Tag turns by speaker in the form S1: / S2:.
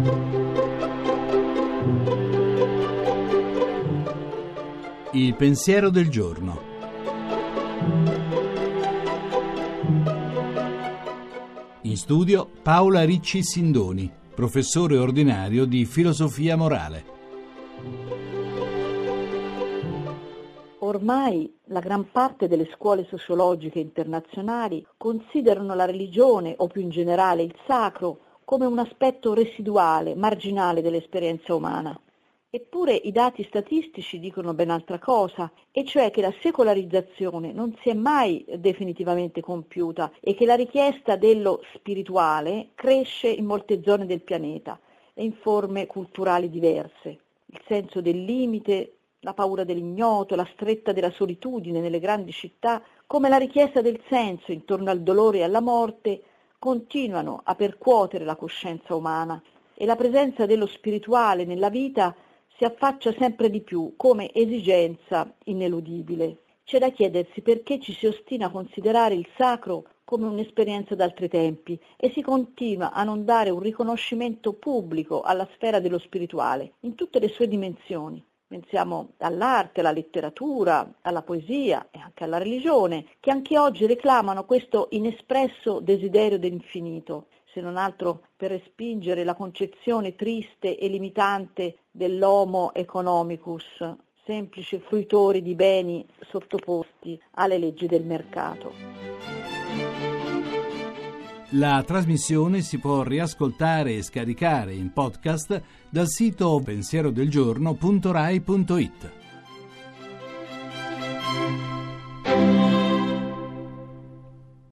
S1: Il pensiero del giorno. In studio Paola Ricci Sindoni, professore ordinario di filosofia morale.
S2: Ormai la gran parte delle scuole sociologiche internazionali considerano la religione, o più in generale il sacro, come un aspetto residuale, marginale dell'esperienza umana. Eppure i dati statistici dicono ben altra cosa, e cioè che la secolarizzazione non si è mai definitivamente compiuta e che la richiesta dello spirituale cresce in molte zone del pianeta e in forme culturali diverse. Il senso del limite, la paura dell'ignoto, la stretta della solitudine nelle grandi città, come la richiesta del senso intorno al dolore e alla morte, continuano a percuotere la coscienza umana e la presenza dello spirituale nella vita si affaccia sempre di più come esigenza ineludibile. C'è da chiedersi perché ci si ostina a considerare il sacro come un'esperienza d'altri tempi e si continua a non dare un riconoscimento pubblico alla sfera dello spirituale, in tutte le sue dimensioni. Pensiamo all'arte, alla letteratura, alla poesia e anche alla religione, che anche oggi reclamano questo inespresso desiderio dell'infinito, se non altro per respingere la concezione triste e limitante dell'homo economicus, semplice fruitori di beni sottoposti alle leggi del mercato.
S1: La trasmissione si può riascoltare e scaricare in podcast dal sito pensierodelgiorno.rai.it.